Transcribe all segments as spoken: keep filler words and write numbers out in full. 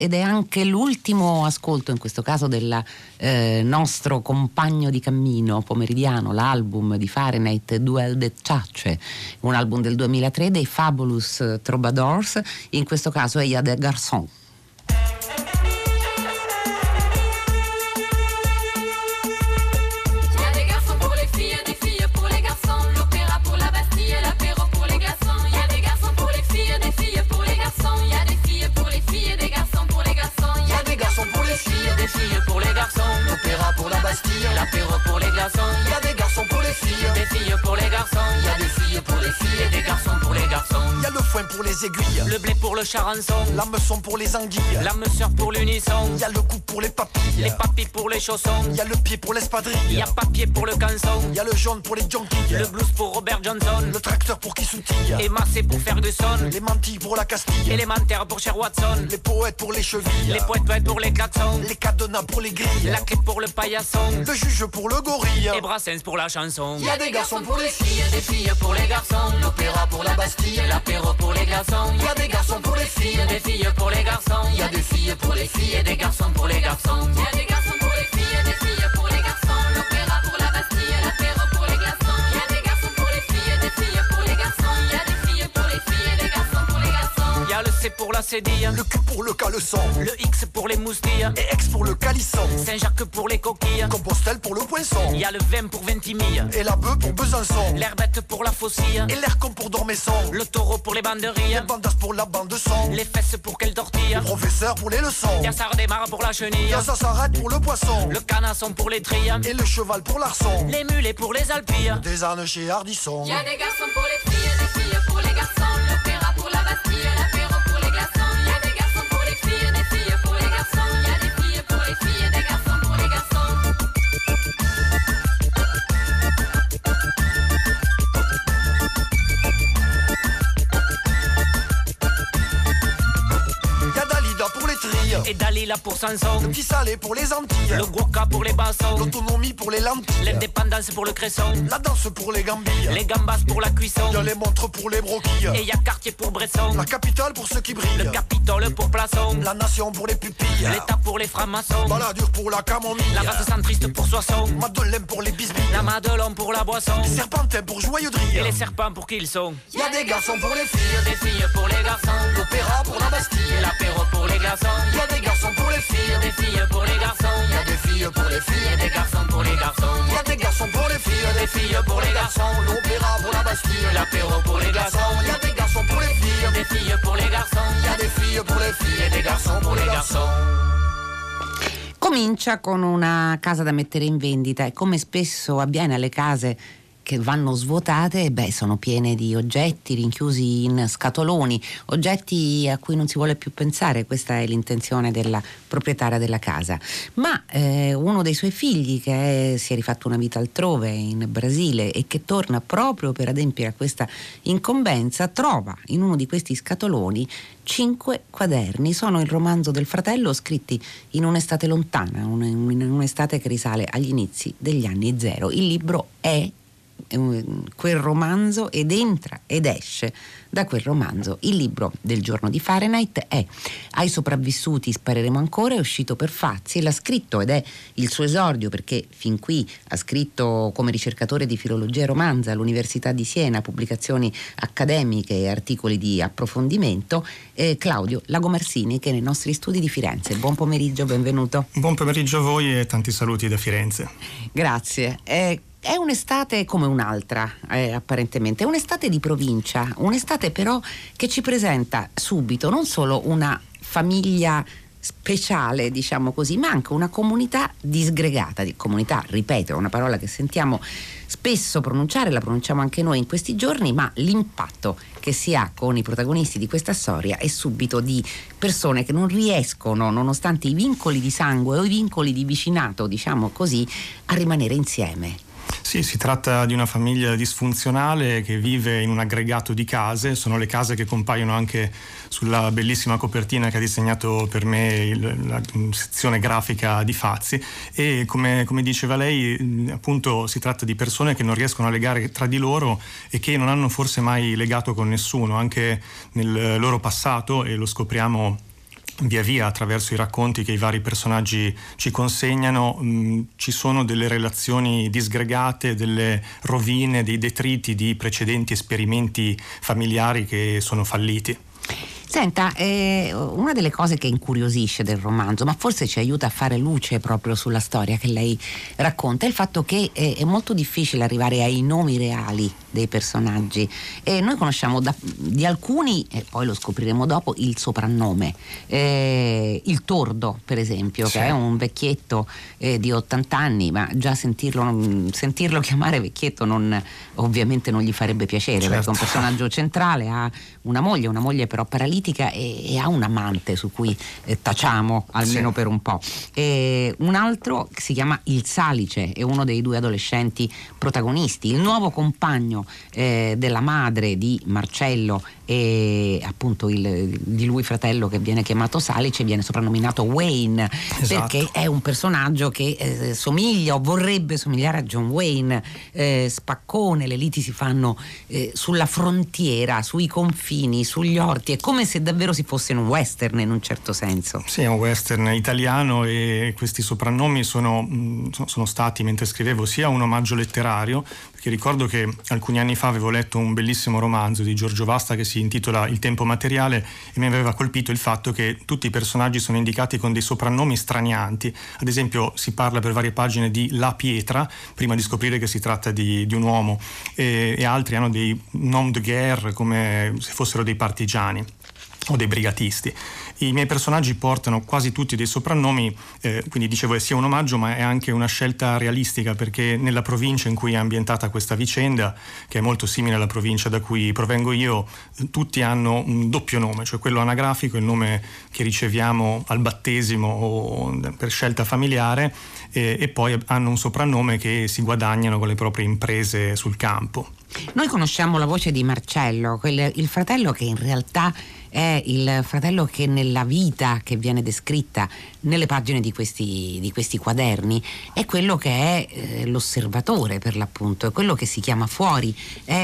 ed è anche l'ultimo ascolto, in questo caso del eh, nostro compagno di cammino pomeridiano, l'album di Fahrenheit Duel de Chache, un album del duemilatré dei Fabulous Troubadours, in questo caso è Y'a des garçons. L'apéro pour les garçons, il y a des garçons pour les filles, des filles pour les garçons, il y a des filles pour les filles et des garçons pour les garçons. Il y a le foin pour les aiguilles, le blé pour le charançon, la meçon pour les anguilles, la mesure pour l'unisson, il y a le cou pour les papilles, les papilles pour les chaussons, il y a le pied pour l'espadrille, il y a papier pour le canson, il y a le jaune pour les jonquilles, le blues pour Robert Johnson, le tracteur pour qui soutille, et Massé pour Ferguson, les mantilles pour la Castille, élémentaire pour Cher Watson, les poètes pour les chevilles, les poètes poètes pour les klaxons, les cadenas pour les grilles, la clé pour le paillasson, le juge pour le gorille, et Brassens pour la chanson. Il y a des garçons pour les filles, des filles pour les garçons, l'opéra pour la Bastille, l'apéro pour les garçons, il y a des garçons pour les filles, des filles pour les garçons, il y a des filles pour les filles et des garçons pour les garçons. Il y a des garçons pour les filles, des filles pour les garçons, l'opéra pour la Bastille, l'apéro pour les garçons. Il y a des garçons pour les filles, des filles pour les garçons, il y a des filles pour les filles et des garçons pour les garçons. Il y a le C pour la cédille, le Q pour le caleçon, le X pour les moustilles, et X pour le calisson, Saint-Jacques pour les coquilles, Compostelle pour le poinçon, il y a le vingt pour Ventimille, et la bœuf pour Besançon, l'herbette pour la faucille, et l'Aircon pour Dormesson, le taureau pour les banderilles, les bandas pour la bande de son, les fesses pour quelle tortille, le professeur pour les leçons, il y a ça redémarre pour la chenille, il y a ça s'arrête pour le poisson, le canasson pour les trilles, et le cheval pour l'arçon, les mulets pour les alpilles, des ânes chez Hardisson. Il y a des garçons pour les filles, des filles pour les garçons, l'opéra pour la Bastille, l'apéro pour les glaçons. Il y a des garçons pour les filles, des filles pour les garçons, il y a des filles pour les filles et des garçons pour les garçons. Et Dalila pour Sanson, le petit salé pour les Antilles, le guaca pour les bassons, l'autonomie pour les lentilles, l'indépendance pour le cresson, la danse pour les gambilles, les gambas pour la cuisson, il y a les montres pour les broquilles, et il y a Cartier pour Bresson, la capitale pour ceux qui brillent, le Capitole pour Plaçon, la nation pour les pupilles, l'État pour les francs-maçons, Balladur pour la camomille, la race centriste pour Soissons, Madeleine pour les bisbilles, la Madelon pour la boisson, les serpentins pour joyeux drille, et les serpents pour qui ils sont. Il y a des garçons pour les filles, des filles pour les garçons, l'opéra pour la Bastille, l'apéro pour les glaçons. Il y a des garçons pour les filles, des filles pour les garçons, il y a des filles pour les filles et des garçons pour les garçons. Il y a des garçons pour les filles, des filles pour les garçons, l'opéra pour la Bastille, l'apéro pour les glaçons. Il y a des garçons pour les filles, des filles pour les garçons, il y a des filles pour les filles et des garçons pour les garçons. Comincia con una casa da mettere in vendita e, come spesso avviene alle case che vanno svuotate, beh, sono piene di oggetti rinchiusi in scatoloni, oggetti a cui non si vuole più pensare. Questa è l'intenzione della proprietaria della casa. Ma eh, uno dei suoi figli, che è, si è rifatto una vita altrove in Brasile e che torna proprio per adempiere a questa incombenza, trova in uno di questi scatoloni cinque quaderni. Sono il romanzo del fratello, scritti in un'estate lontana, un, un'estate che risale agli inizi degli anni zero. Il libro è quel romanzo ed entra ed esce da quel romanzo. Il libro del giorno di Fahrenheit è Ai sopravvissuti spareremo ancora, è uscito per Fazzi e l'ha scritto, ed è il suo esordio perché fin qui ha scritto come ricercatore di filologia e romanza all'Università di Siena, pubblicazioni accademiche e articoli di approfondimento, eh, Claudio Lagomarsini, che è nei nostri studi di Firenze. Buon pomeriggio, benvenuto. Buon pomeriggio a voi e tanti saluti da Firenze. Grazie. Eh, È un'estate come un'altra, eh, apparentemente. È un'estate di provincia, un'estate però che ci presenta subito non solo una famiglia speciale, diciamo così, ma anche una comunità disgregata. Di comunità, ripeto, è una parola che sentiamo spesso pronunciare, la pronunciamo anche noi in questi giorni, ma l'impatto che si ha con i protagonisti di questa storia è subito di persone che non riescono, nonostante i vincoli di sangue o i vincoli di vicinato, diciamo così, a rimanere insieme. Sì, si tratta di una famiglia disfunzionale che vive in un aggregato di case. Sono le case che compaiono anche sulla bellissima copertina che ha disegnato per me il, la sezione grafica di Fazzi, e come, come diceva lei, appunto si tratta di persone che non riescono a legare tra di loro e che non hanno forse mai legato con nessuno, anche nel loro passato, e lo scopriamo via via attraverso i racconti che i vari personaggi ci consegnano mh, ci sono delle relazioni disgregate, delle rovine, dei detriti di precedenti esperimenti familiari che sono falliti. Senta, eh, una delle cose che incuriosisce del romanzo, ma forse ci aiuta a fare luce proprio sulla storia che lei racconta, è il fatto che eh, è molto difficile arrivare ai nomi reali dei personaggi. E noi conosciamo da, di alcuni, e poi lo scopriremo dopo, il soprannome. Eh, il Tordo, per esempio, sì, che è un vecchietto eh, di ottanta anni, ma già sentirlo, sentirlo chiamare vecchietto non, ovviamente non gli farebbe piacere, certo, perché è un personaggio centrale, ha una moglie, una moglie però paralitica, e, e ha un amante su cui eh, tacciamo almeno sì, per un po'. E un altro si chiama il Salice, è uno dei due adolescenti protagonisti, il nuovo compagno eh, della madre di Marcello e appunto il, di lui fratello, che viene chiamato Salice, viene soprannominato Wayne, esatto, perché è un personaggio che eh, somiglia o vorrebbe somigliare a John Wayne, eh, spaccone, le liti si fanno eh, sulla frontiera, sui confini, sugli orti, è come se davvero si fosse in un western in un certo senso. Sì, è un western italiano, e questi soprannomi sono, sono stati, mentre scrivevo, sia un omaggio letterario, perché ricordo che alcuni anni fa avevo letto un bellissimo romanzo di Giorgio Vasta che si intitola Il tempo materiale, e mi aveva colpito il fatto che tutti i personaggi sono indicati con dei soprannomi stranianti. Ad esempio si parla per varie pagine di La Pietra, prima di scoprire che si tratta di, di un uomo, e, e altri hanno dei nom de guerre come se fossero dei partigiani o dei brigatisti. I miei personaggi portano quasi tutti dei soprannomi, eh, quindi dicevo è sia un omaggio ma è anche una scelta realistica, perché nella provincia in cui è ambientata questa vicenda, che è molto simile alla provincia da cui provengo io, tutti hanno un doppio nome, cioè quello anagrafico, il nome che riceviamo al battesimo o per scelta familiare, e, e poi hanno un soprannome che si guadagnano con le proprie imprese sul campo. Noi conosciamo la voce di Marcello, quel, il fratello che in realtà è il fratello che nella vita che viene descritta nelle pagine di questi, di questi quaderni è quello che è eh, l'osservatore, per l'appunto, è quello che si chiama fuori,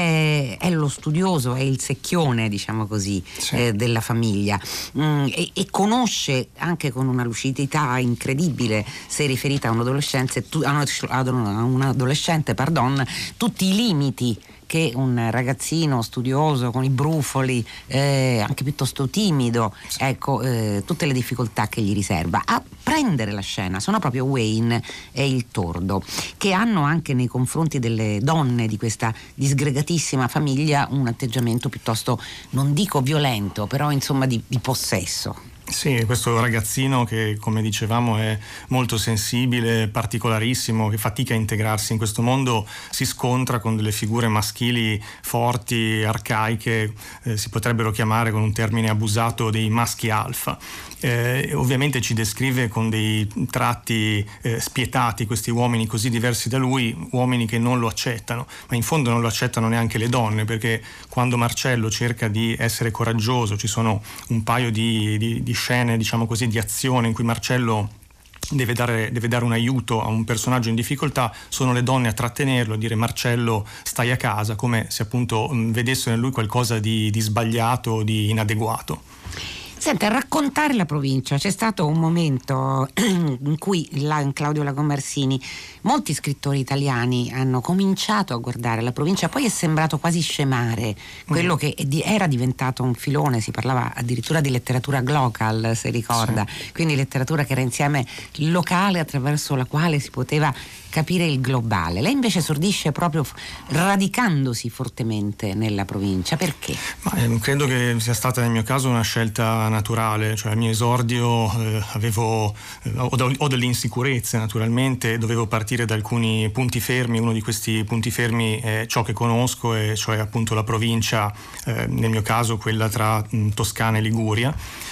è, è lo studioso, è il secchione, diciamo così, sì, eh, della famiglia, mm, e, e conosce anche con una lucidità incredibile, se riferita a un adolescente, tu, a un adolescente pardon, tutti i limiti che un ragazzino studioso con i brufoli, eh, anche piuttosto timido, ecco, eh, tutte le difficoltà che gli riserva. A prendere la scena sono proprio Wayne e il Tordo, che hanno anche nei confronti delle donne di questa disgregatissima famiglia un atteggiamento piuttosto, non dico violento, però insomma di, di possesso. Sì, questo ragazzino che, come dicevamo, è molto sensibile, particolarissimo, che fatica a integrarsi in questo mondo, si scontra con delle figure maschili forti, arcaiche, eh, si potrebbero chiamare con un termine abusato dei maschi alfa. Eh, ovviamente ci descrive con dei tratti eh, spietati questi uomini così diversi da lui, uomini che non lo accettano, ma in fondo non lo accettano neanche le donne, perché quando Marcello cerca di essere coraggioso, ci sono un paio di, di, di scene, diciamo così, di azione in cui Marcello Deve dare, deve dare un aiuto a un personaggio in difficoltà, sono le donne a trattenerlo, a dire Marcello stai a casa, come se appunto mh, vedessero in lui qualcosa di, di sbagliato, di inadeguato. Senta, a raccontare la provincia c'è stato un momento in cui là, Claudio Lagomarsini, molti scrittori italiani hanno cominciato a guardare la provincia, poi è sembrato quasi scemare quello mm. che era diventato un filone, si parlava addirittura di letteratura glocal, se ricorda, sì, quindi letteratura che era insieme locale attraverso la quale si poteva capire il globale. Lei invece esordisce proprio radicandosi fortemente nella provincia, perché? Ma, eh, credo che sia stata nel mio caso una scelta naturale, cioè al mio esordio eh, avevo eh, ho, ho delle insicurezze naturalmente, dovevo partire da alcuni punti fermi, uno di questi punti fermi è ciò che conosco, e cioè appunto la provincia, eh, nel mio caso quella tra mh, Toscana e Liguria.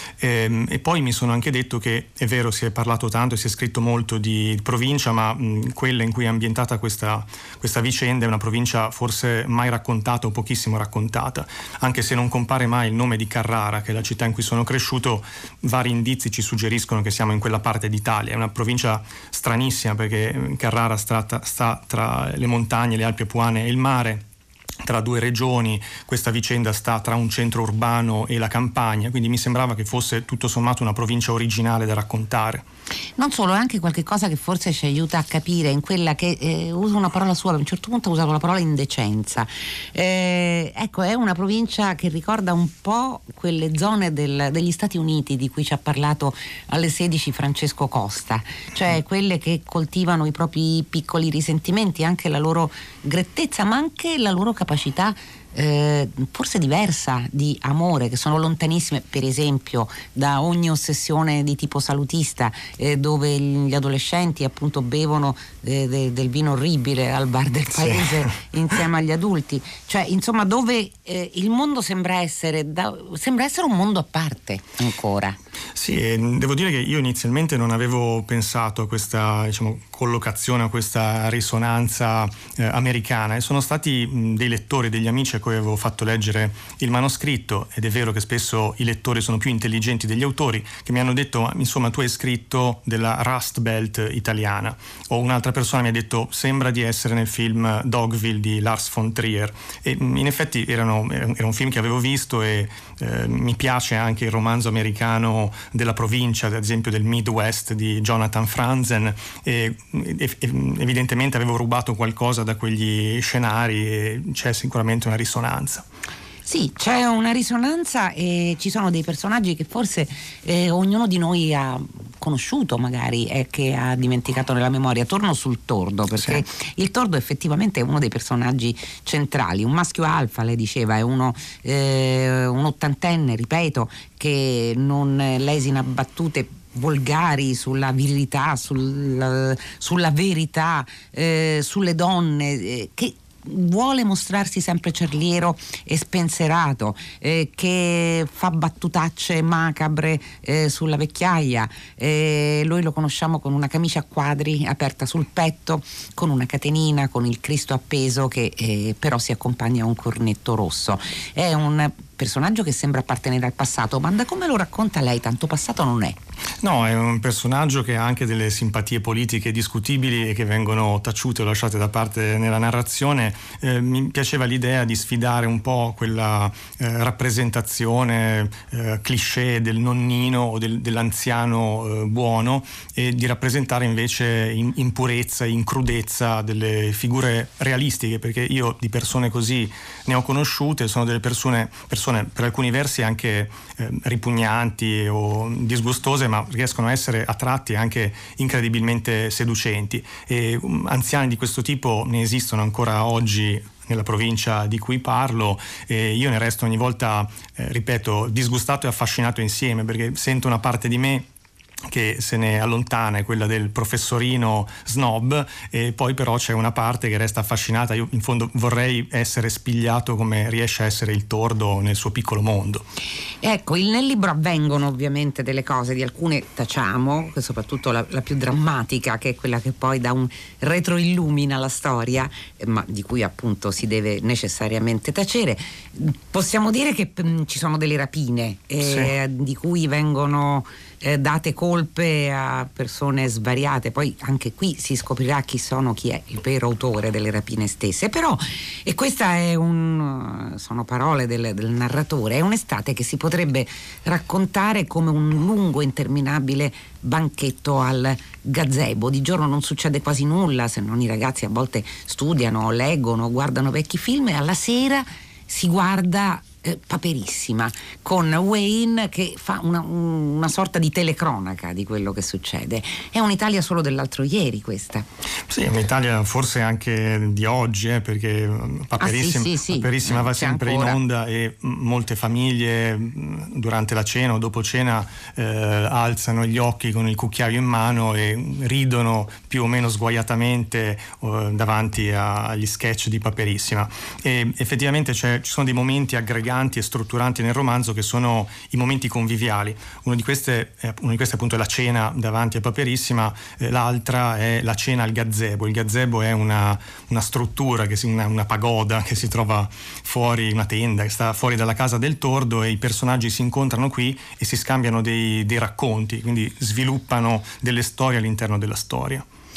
E, e poi mi sono anche detto che è vero, si è parlato tanto e si è scritto molto di provincia, ma mh, quella in cui è ambientata questa, questa vicenda è una provincia forse mai raccontata o pochissimo raccontata, anche se non compare mai il nome di Carrara, che è la città in cui sono cresciuto. Vari indizi ci suggeriscono che siamo in quella parte d'Italia. È una provincia stranissima perché Carrara sta, sta tra le montagne, le Alpi Apuane e il mare, tra due regioni, questa vicenda sta tra un centro urbano e la campagna, quindi mi sembrava che fosse tutto sommato una provincia originale da raccontare. Non solo, è anche qualche cosa che forse ci aiuta a capire in quella che eh, uso una parola sua, a un certo punto ha usato la parola indecenza. Eh, ecco, è una provincia che ricorda un po' quelle zone del, degli Stati Uniti di cui ci ha parlato alle sedici Francesco Costa, cioè quelle che coltivano i propri piccoli risentimenti, anche la loro grettezza, ma anche la loro capacità Eh, forse diversa di amore, che sono lontanissime per esempio da ogni ossessione di tipo salutista, eh, dove gli adolescenti appunto bevono eh, de, del vino orribile al bar del paese sì. insieme agli adulti, cioè insomma dove eh, il mondo sembra essere da, sembra essere un mondo a parte ancora. Sì, e devo dire che io inizialmente non avevo pensato a questa, diciamo, collocazione, a questa risonanza eh, americana, e sono stati mh, dei lettori, degli amici a cui avevo fatto leggere il manoscritto, ed è vero che spesso i lettori sono più intelligenti degli autori, che mi hanno detto insomma tu hai scritto della Rust Belt italiana, o un'altra persona mi ha detto sembra di essere nel film Dogville di Lars von Trier, e mh, in effetti erano, era un film che avevo visto, e eh, mi piace anche il romanzo americano della provincia, ad esempio del Midwest di Jonathan Franzen, e, e, evidentemente avevo rubato qualcosa da quegli scenari e c'è sicuramente una risonanza. Sì, c'è una risonanza e ci sono dei personaggi che forse eh, ognuno di noi ha conosciuto magari e che ha dimenticato nella memoria. Torno sul Tordo, perché sì. il Tordo effettivamente è uno dei personaggi centrali, un maschio alfa, lei diceva, è uno eh, un ottantenne, ripeto, che non lesina battute volgari sulla virilità, sul, sulla verità, eh, sulle donne, eh, che vuole mostrarsi sempre cerliero e spensierato, eh, che fa battutacce macabre eh, sulla vecchiaia. Eh, noi lo conosciamo con una camicia a quadri aperta sul petto, con una catenina, con il Cristo appeso che eh, però si accompagna a un cornetto rosso. È un personaggio che sembra appartenere al passato, ma da come lo racconta lei tanto passato non è. No, è un personaggio che ha anche delle simpatie politiche discutibili e che vengono taciute o lasciate da parte nella narrazione. Eh, mi piaceva l'idea di sfidare un po' quella eh, rappresentazione eh, cliché del nonnino o del, dell'anziano eh, buono, e di rappresentare invece in, in purezza, in crudezza delle figure realistiche, perché io di persone così ne ho conosciute, sono delle persone, persone per alcuni versi anche eh, ripugnanti o disgustose, ma riescono a essere a tratti anche incredibilmente seducenti, e um, anziani di questo tipo ne esistono ancora oggi nella provincia di cui parlo, e io ne resto ogni volta, eh, ripeto, disgustato e affascinato insieme, perché sento una parte di me che se ne allontana, è quella del professorino snob, e poi però c'è una parte che resta affascinata. Io in fondo vorrei essere spigliato come riesce a essere il Tordo nel suo piccolo mondo. Ecco, il, nel libro avvengono ovviamente delle cose, di alcune tacciamo, soprattutto la, la più drammatica, che è quella che poi dà un retroillumina la storia, eh, ma di cui appunto si deve necessariamente tacere. Possiamo dire che mh, ci sono delle rapine eh, sì. di cui vengono eh, date colpe a persone svariate, poi anche qui si scoprirà chi sono, chi è il vero autore delle rapine stesse. Però, e questa è un sono parole del, del narratore, è un'estate che si potrebbe raccontare come un lungo interminabile banchetto al gazebo. Di giorno non succede quasi nulla, se non i ragazzi a volte studiano, leggono, guardano vecchi film, e alla sera si guarda eh, Paperissima, con Wayne che fa una, una sorta di telecronaca di quello che succede. È un'Italia solo dell'altro ieri questa. Sì, è un'Italia forse anche di oggi, eh, perché Paperissima, ah, sì, sì, sì. Paperissima va C'è sempre ancora in onda, e molte famiglie durante la cena o dopo cena eh, alzano gli occhi con il cucchiaio in mano e ridono più o meno sguaiatamente eh, davanti a, agli sketch di Paperissima. E effettivamente c'è, ci sono dei momenti aggreganti e strutturanti nel romanzo che sono i momenti conviviali. Uno di queste, eh, uno di questi appunto è la cena davanti a Paperissima, eh, l'altra è la cena al gazebo. Il gazebo è una, una struttura, che si, una, una pagoda che si trova fuori, una tenda che sta fuori dalla casa del Tordo, e i personaggi si incontrano qui e si scambiano dei, dei racconti, quindi sviluppano delle storie all'interno della storia.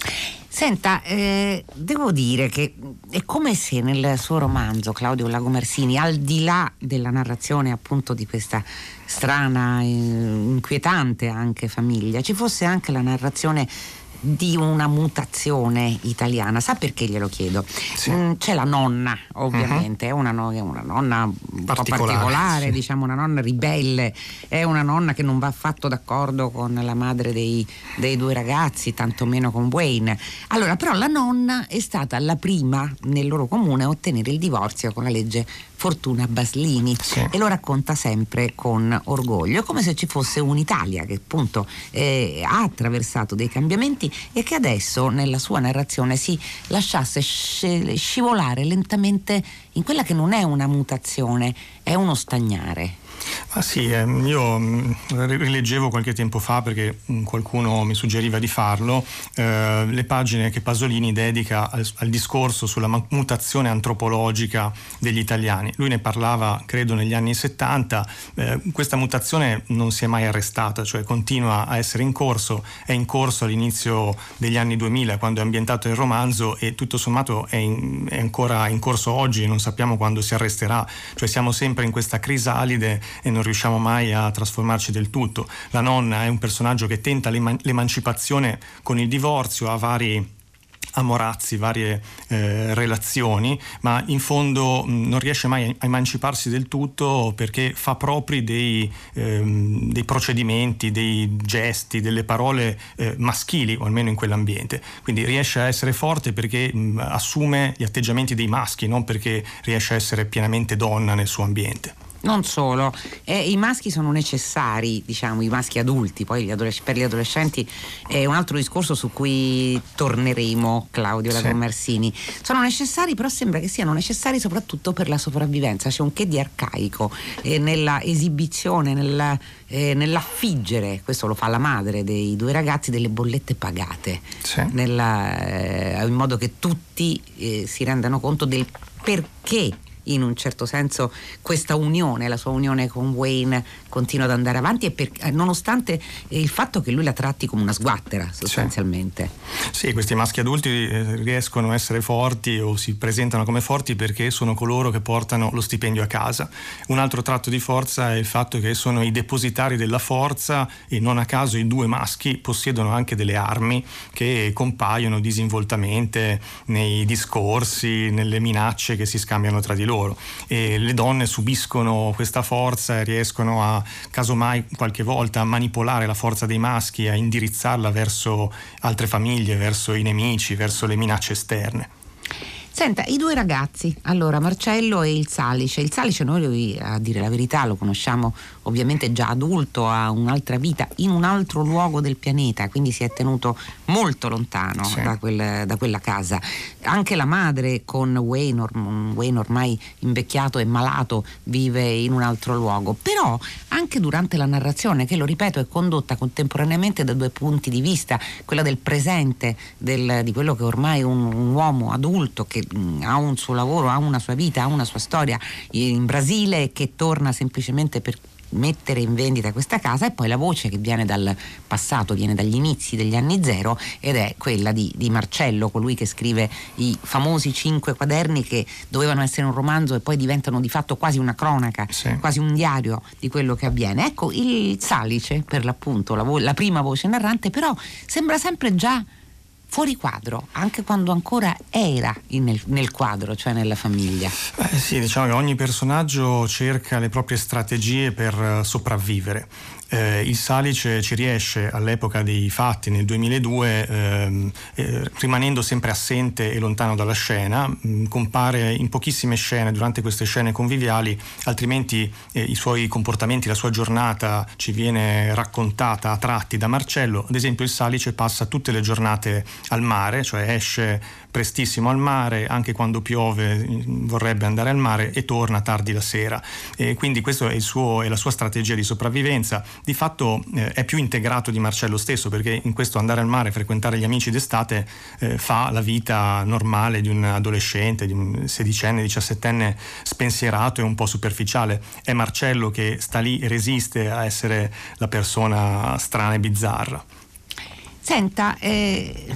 Senta, eh, devo dire che è come se nel suo romanzo Claudio Lagomarsini, al di là della narrazione appunto di questa strana, eh, inquietante anche famiglia, ci fosse anche la narrazione di una mutazione italiana. Sa perché glielo chiedo? Sì. Mm, c'è la nonna, ovviamente, uh-huh. è una, no- è una nonna un Particolare, po' particolare, sì. diciamo una nonna ribelle, è una nonna che non va affatto d'accordo con la madre dei, dei due ragazzi, tantomeno con Wayne. Allora, però la nonna è stata la prima nel loro comune a ottenere il divorzio con la legge Fortuna Baslini, sì. e lo racconta sempre con orgoglio, come se ci fosse un'Italia che appunto eh, ha attraversato dei cambiamenti e che adesso nella sua narrazione si lasciasse sci- scivolare lentamente in quella che non è una mutazione, è uno stagnare. Ah sì, eh, io mh, rileggevo qualche tempo fa, perché mh, qualcuno mi suggeriva di farlo, eh, le pagine che Pasolini dedica al, al discorso sulla mutazione antropologica degli italiani. Lui ne parlava, credo, negli anni settanta. Eh, questa mutazione non si è mai arrestata, cioè continua a essere in corso, è in corso all'inizio degli anni duemila, quando è ambientato il romanzo, e tutto sommato è, in, è ancora in corso oggi, non sappiamo quando si arresterà, cioè siamo sempre in questa crisalide e non riusciamo mai a trasformarci del tutto. La nonna è un personaggio che tenta l'eman- l'emancipazione con il divorzio, ha vari amorazzi, varie eh, relazioni, ma in fondo mh, non riesce mai a emanciparsi del tutto, perché fa propri dei, ehm, dei procedimenti, dei gesti, delle parole eh, maschili, o almeno in quell'ambiente. Quindi riesce a essere forte perché mh, assume gli atteggiamenti dei maschi, non perché riesce a essere pienamente donna nel suo ambiente. Non solo, eh, i maschi sono necessari, diciamo, i maschi adulti, poi gli adolesc- per gli adolescenti è un altro discorso su cui torneremo, Claudio Lagomarsini. Sì. Sono necessari, però sembra che siano necessari soprattutto per la sopravvivenza. C'è un che di arcaico eh, nella esibizione, nella, eh, nell'affiggere, questo lo fa la madre dei due ragazzi, delle bollette pagate, sì. nella, eh, in modo che tutti eh, si rendano conto del perché in un certo senso questa unione, la sua unione con Wayne, continua ad andare avanti, e per, nonostante il fatto che lui la tratti come una sguattera sostanzialmente. Sì, sì, questi maschi adulti riescono a essere forti, o si presentano come forti, perché sono coloro che portano lo stipendio a casa. Un altro tratto di forza è il fatto che sono i depositari della forza, e non a caso i due maschi possiedono anche delle armi che compaiono disinvoltamente nei discorsi, nelle minacce che si scambiano tra di loro. E le donne subiscono questa forza e riescono a, casomai qualche volta, a manipolare la forza dei maschi, a indirizzarla verso altre famiglie, verso i nemici, verso le minacce esterne. Senta, i due ragazzi, allora Marcello e il Salice. Il Salice noi, a dire la verità, lo conosciamo ovviamente già adulto, ha un'altra vita in un altro luogo del pianeta, quindi si è tenuto molto lontano sì. da, quel, da quella casa. Anche la madre con Wayne, or, Wayne ormai invecchiato e malato, vive in un altro luogo. Però anche durante la narrazione, che lo ripeto è condotta contemporaneamente da due punti di vista, quella del presente, del, di quello che ormai è un, un uomo adulto che ha un suo lavoro, ha una sua vita, ha una sua storia in Brasile, e che torna semplicemente per mettere in vendita questa casa, e poi la voce che viene dal passato, viene dagli inizi degli anni zero, ed è quella di, di Marcello, colui che scrive i famosi cinque quaderni che dovevano essere un romanzo e poi diventano di fatto quasi una cronaca, sì. quasi un diario di quello che avviene. Ecco, il Salice, per l'appunto la, vo- la prima voce narrante, però sembra sempre già fuori quadro, anche quando ancora era in, nel, nel quadro, cioè nella famiglia. Eh sì, diciamo che ogni personaggio cerca le proprie strategie per sopravvivere. Eh, il Salice ci riesce all'epoca dei fatti, nel duemiladue, ehm, eh, rimanendo sempre assente e lontano dalla scena. Mh, compare in pochissime scene durante queste scene conviviali, altrimenti eh, i suoi comportamenti, la sua giornata ci viene raccontata a tratti da Marcello. Ad esempio, il Salice passa tutte le giornate al mare, cioè esce prestissimo al mare, anche quando piove vorrebbe andare al mare, e torna tardi la sera. E quindi questa è, il suo, è la sua strategia di sopravvivenza. Di fatto eh, è più integrato di Marcello stesso, perché in questo andare al mare, frequentare gli amici d'estate, eh, fa la vita normale di un adolescente, di un sedicenne, diciassettenne spensierato e un po' superficiale. È Marcello che sta lì e resiste a essere la persona strana e bizzarra. Senta, eh,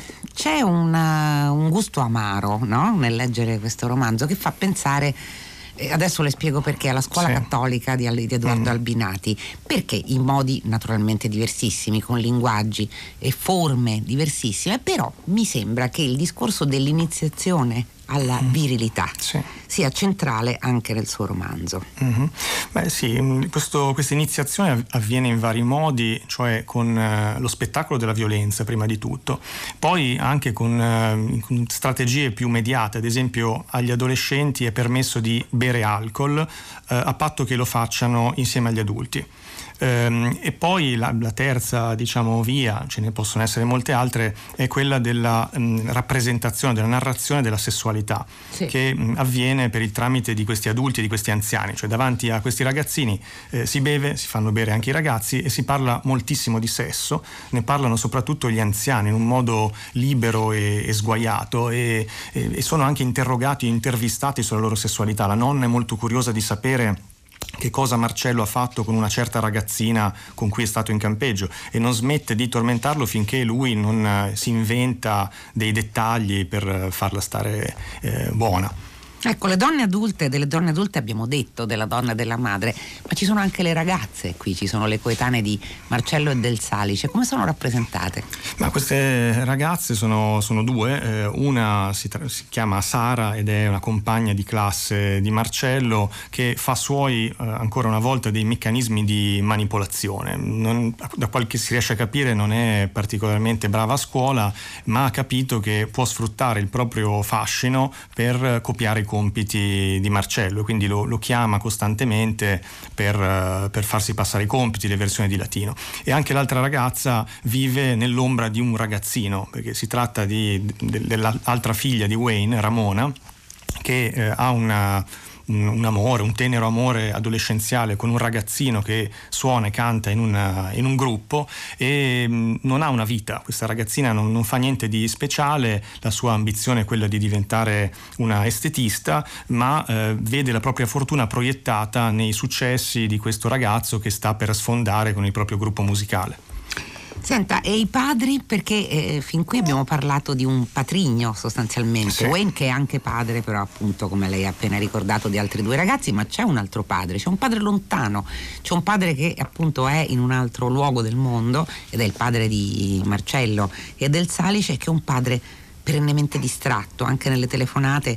c'è una, un gusto amaro, no? Nel leggere questo romanzo che fa pensare, eh, adesso le spiego perché, alla scuola Sì. cattolica di, di Edoardo Mm. Albinati, perché in modi naturalmente diversissimi, con linguaggi e forme diversissime, però mi sembra che il discorso dell'iniziazione alla virilità Sì. sia centrale anche nel suo romanzo. Mhm. Beh sì, mh, questo- questa iniziazione av- avviene in vari modi, cioè con eh, lo spettacolo della violenza prima di tutto, poi anche con, eh, con strategie più mediate. Ad esempio agli adolescenti è permesso di bere alcol eh, a patto che lo facciano insieme agli adulti. Ehm, e poi la, la terza, diciamo, via, ce ne possono essere molte altre, è quella della mh, rappresentazione, della narrazione della sessualità, Sì. che mh, avviene per il tramite di questi adulti e di questi anziani, cioè davanti a questi ragazzini eh, si beve, si fanno bere anche i ragazzi e si parla moltissimo di sesso, ne parlano soprattutto gli anziani in un modo libero e, e sguaiato e, e, e sono anche interrogati e intervistati sulla loro sessualità. La nonna è molto curiosa di sapere che cosa Marcello ha fatto con una certa ragazzina con cui è stato in campeggio e non smette di tormentarlo finché lui non eh, si inventa dei dettagli per eh, farla stare eh, buona. Ecco, le donne adulte, delle donne adulte abbiamo detto, della donna e della madre, ma ci sono anche le ragazze qui, ci sono le coetanee di Marcello e del Salice, come sono rappresentate? Ma queste ragazze sono, sono due, eh, una si, tra- si chiama Sara ed è una compagna di classe di Marcello che fa suoi eh, ancora una volta dei meccanismi di manipolazione. Non, da quel che si riesce a capire non è particolarmente brava a scuola, ma ha capito che può sfruttare il proprio fascino per copiare i compiti di Marcello e quindi lo, lo chiama costantemente per, eh, per farsi passare i compiti, le versioni di latino. E anche l'altra ragazza vive nell'ombra di un ragazzino, perché si tratta di, de, dell'altra figlia di Wayne, Ramona, che eh, ha una un, un amore, un tenero amore adolescenziale con un ragazzino che suona e canta in, una, in un gruppo e mh, non ha una vita. Questa ragazzina non, non fa niente di speciale, la sua ambizione è quella di diventare una estetista, ma eh, vede la propria fortuna proiettata nei successi di questo ragazzo che sta per sfondare con il proprio gruppo musicale. Senta, e i padri, perché eh, fin qui abbiamo parlato di un patrigno sostanzialmente, Sì. Wayne che è anche padre, però appunto come lei ha appena ricordato di altri due ragazzi, ma c'è un altro padre, c'è un padre lontano, c'è un padre che appunto è in un altro luogo del mondo ed è il padre di Marcello e del Salice, che è un padre perennemente distratto, anche nelle telefonate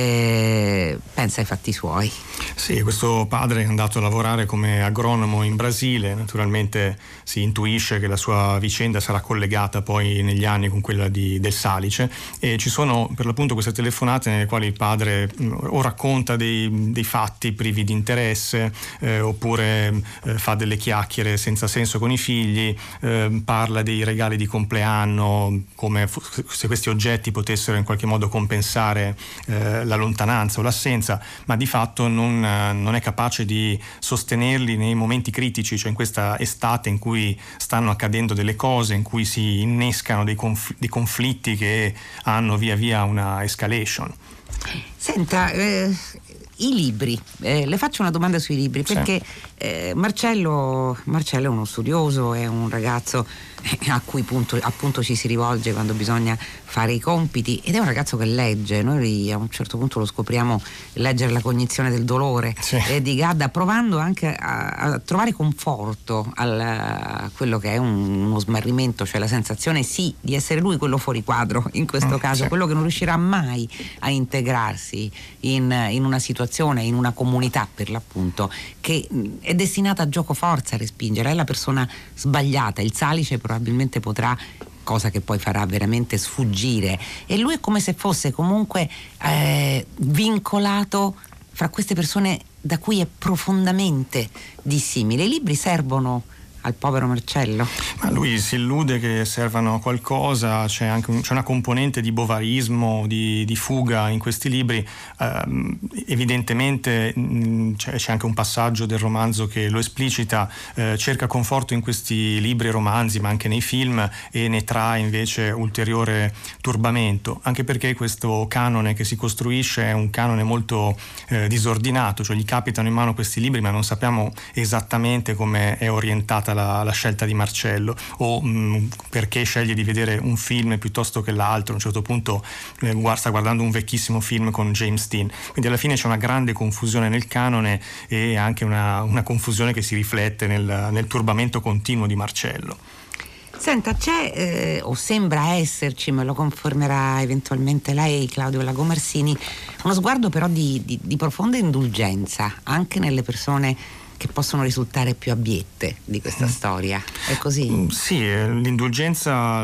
eh, pensa ai fatti suoi. Sì, questo padre è andato a lavorare come agronomo in Brasile, naturalmente si intuisce che la sua vicenda sarà collegata poi negli anni con quella di, del Salice e ci sono per l'appunto queste telefonate nelle quali il padre mh, o racconta dei, dei fatti privi di interesse eh, oppure eh, fa delle chiacchiere senza senso con i figli, eh, parla dei regali di compleanno come f- se questi oggetti potessero in qualche modo compensare eh, la lontananza o l'assenza, ma di fatto non, eh, non è capace di sostenerli nei momenti critici, cioè in questa estate in cui stanno accadendo delle cose, in cui si innescano dei, conf- dei conflitti che hanno via via una escalation. Senta, eh, i libri, eh, le faccio una domanda sui libri, Sì. perché eh, Marcello, Marcello è uno studioso, è un ragazzo a cui appunto, appunto ci si rivolge quando bisogna fare i compiti ed è un ragazzo che legge. Noi a un certo punto lo scopriamo leggere La cognizione del dolore Sì. eh, di Gadda, provando anche a, a trovare conforto al, a quello che è un, uno smarrimento, cioè la sensazione sì di essere lui quello fuori quadro in questo Mm, caso, sì. quello che non riuscirà mai a integrarsi in, in una situazione, in una comunità per l'appunto che mh, è destinata a gioco forza a respingere, è la persona sbagliata. Il Salice probabilmente potrà, cosa che poi farà veramente sfuggire, e lui è come se fosse comunque eh, vincolato fra queste persone da cui è profondamente dissimile. I libri servono al povero Marcello? Ma lui si illude che servano a qualcosa, c'è anche un, c'è una componente di bovarismo, di, di fuga in questi libri. Um, evidentemente mh, c'è, c'è anche un passaggio del romanzo che lo esplicita, eh, cerca conforto in questi libri e romanzi, ma anche nei film, e ne trae invece ulteriore turbamento, anche perché questo canone che si costruisce è un canone molto eh, disordinato, cioè gli capitano in mano questi libri ma non sappiamo esattamente come è orientata stata la, la scelta di Marcello, o mh, perché sceglie di vedere un film piuttosto che l'altro. A un certo punto eh, guarda, sta guardando un vecchissimo film con James Dean, quindi alla fine c'è una grande confusione nel canone e anche una, una confusione che si riflette nel, nel turbamento continuo di Marcello. Senta, c'è eh, o sembra esserci, me lo confermerà eventualmente lei, Claudio Lagomarsini, uno sguardo però di, di, di profonda indulgenza anche nelle persone che possono risultare più abiette di questa storia. È così? Sì, l'indulgenza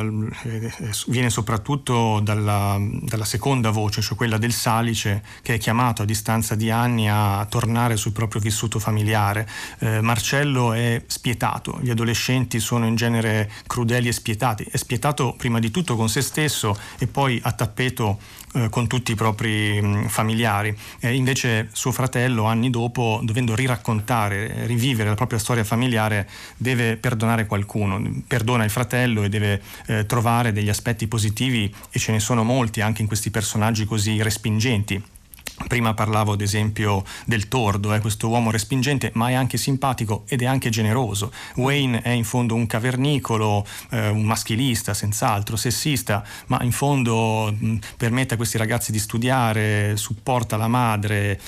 viene soprattutto dalla, dalla seconda voce, cioè quella del Salice, che è chiamato a distanza di anni a tornare sul proprio vissuto familiare. Eh, Marcello è spietato, gli adolescenti sono in genere crudeli e spietati. È spietato prima di tutto con se stesso e poi a tappeto eh, con tutti i propri mh, familiari. Eh, invece suo fratello, anni dopo, dovendo riraccontare, rivivere la propria storia familiare, deve perdonare qualcuno, perdona il fratello e deve eh, trovare degli aspetti positivi, e ce ne sono molti anche in questi personaggi così respingenti. Prima parlavo ad esempio del Tordo, eh, questo uomo respingente, ma è anche simpatico ed è anche generoso. Wayne è in fondo un cavernicolo, eh, un maschilista, senz'altro, sessista, ma in fondo mh, permette a questi ragazzi di studiare, supporta la madre,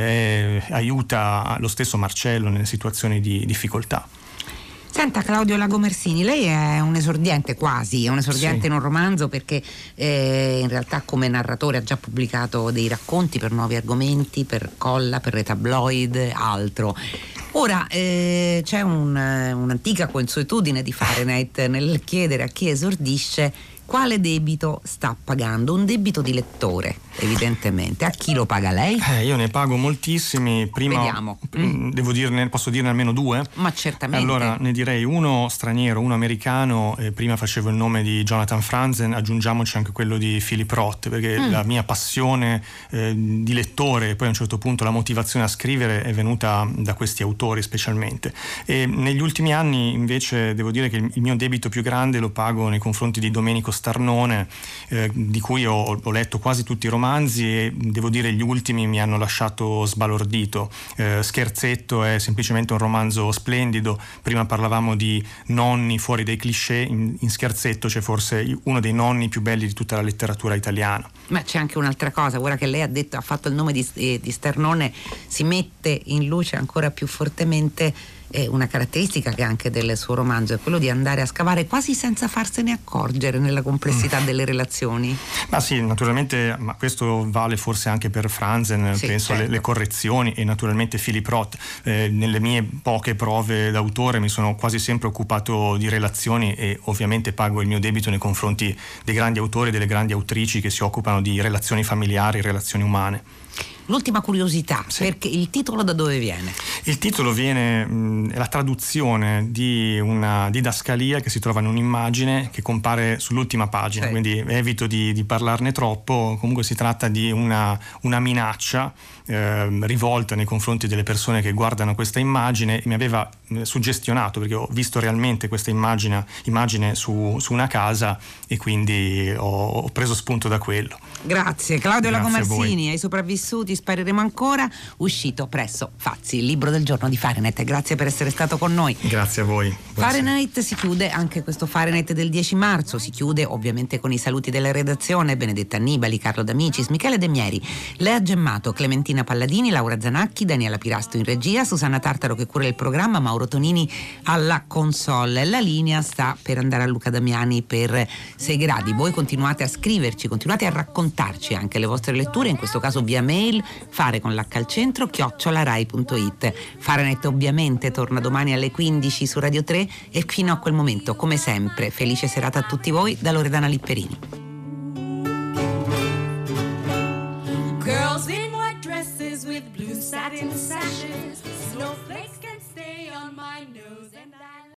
eh, aiuta lo stesso Marcello nelle situazioni di difficoltà. Senta, Claudio Lagomarsini, lei è un esordiente quasi, è un esordiente Sì. in un romanzo, perché eh, in realtà come narratore ha già pubblicato dei racconti per Nuovi Argomenti, per Colla, per Re Tabloid, altro. Ora eh, c'è un, un'antica consuetudine di Fahrenheit nel chiedere a chi esordisce quale debito sta pagando, un debito di lettore evidentemente. A chi lo paga lei? Eh, io ne pago moltissimi. Prima Vediamo. Mm. Devo dirne, posso dirne almeno due? Ma certamente. Allora ne direi uno straniero, uno americano. Eh, prima facevo il nome di Jonathan Franzen, aggiungiamoci anche quello di Philip Roth, perché mm. la mia passione eh, di lettore e poi a un certo punto la motivazione a scrivere è venuta da questi autori specialmente. E negli ultimi anni invece devo dire che il, il mio debito più grande lo pago nei confronti di Domenico Starnone, eh, di cui ho, ho letto quasi tutti i romanzi, e devo dire gli ultimi mi hanno lasciato sbalordito. eh, Scherzetto è semplicemente un romanzo splendido. Prima parlavamo di nonni fuori dai cliché, in, in Scherzetto c'è forse uno dei nonni più belli di tutta la letteratura italiana. Ma c'è anche un'altra cosa, ora che lei ha detto, ha fatto il nome di, eh, di Starnone, si mette in luce ancora più fortemente eh, una caratteristica che è anche del suo romanzo, è quello di andare a scavare quasi senza farsene accorgere nella complessità mm. delle relazioni. Ma sì, naturalmente, ma questo vale forse anche per Franzen, sì, penso certo. le, le correzioni, e naturalmente Philip Roth. Eh, nelle mie poche prove d'autore mi sono quasi sempre occupato di relazioni, e ovviamente pago il mio debito nei confronti dei grandi autori e delle grandi autrici che si occupano di relazioni familiari, relazioni umane. L'ultima curiosità, sì. perché il titolo da dove viene? Il titolo viene, mh, è la traduzione di una didascalia che si trova in un'immagine che compare sull'ultima pagina, sì. quindi evito di, di parlarne troppo. Comunque si tratta di una, una minaccia eh, rivolta nei confronti delle persone che guardano questa immagine, e mi aveva eh, suggestionato, perché ho visto realmente questa immagine, immagine su, su una casa, e quindi ho, ho preso spunto da quello. Grazie Claudio Grazie Lagomarsini, ai sopravvissuti spareremo ancora, uscito presso Fazzi, il libro del giorno di Fahrenheit. Grazie per essere stato con noi. Grazie a voi. Buonasera. Fahrenheit si chiude, anche questo Fahrenheit del dieci marzo si chiude ovviamente con i saluti della redazione: Benedetta Annibali, Carlo D'Amicis, Michele Demieri, Lea Gemmato, Clementina Palladini, Laura Zanacchi, Daniela Pirasto in regia, Susanna Tartaro che cura il programma, Mauro Tonini alla console. La linea sta per andare a Luca Damiani per sei gradi. Voi continuate a scriverci, continuate a raccontarci anche le vostre letture, in questo caso via mail, fare con l'H al centro, chiocciola rai punto it. Fahrenheit ovviamente torna domani alle quindici su Radio tre, e fino a quel momento, come sempre, felice serata a tutti voi da Loredana Lipperini. Girls in white dresses with blue satin sashes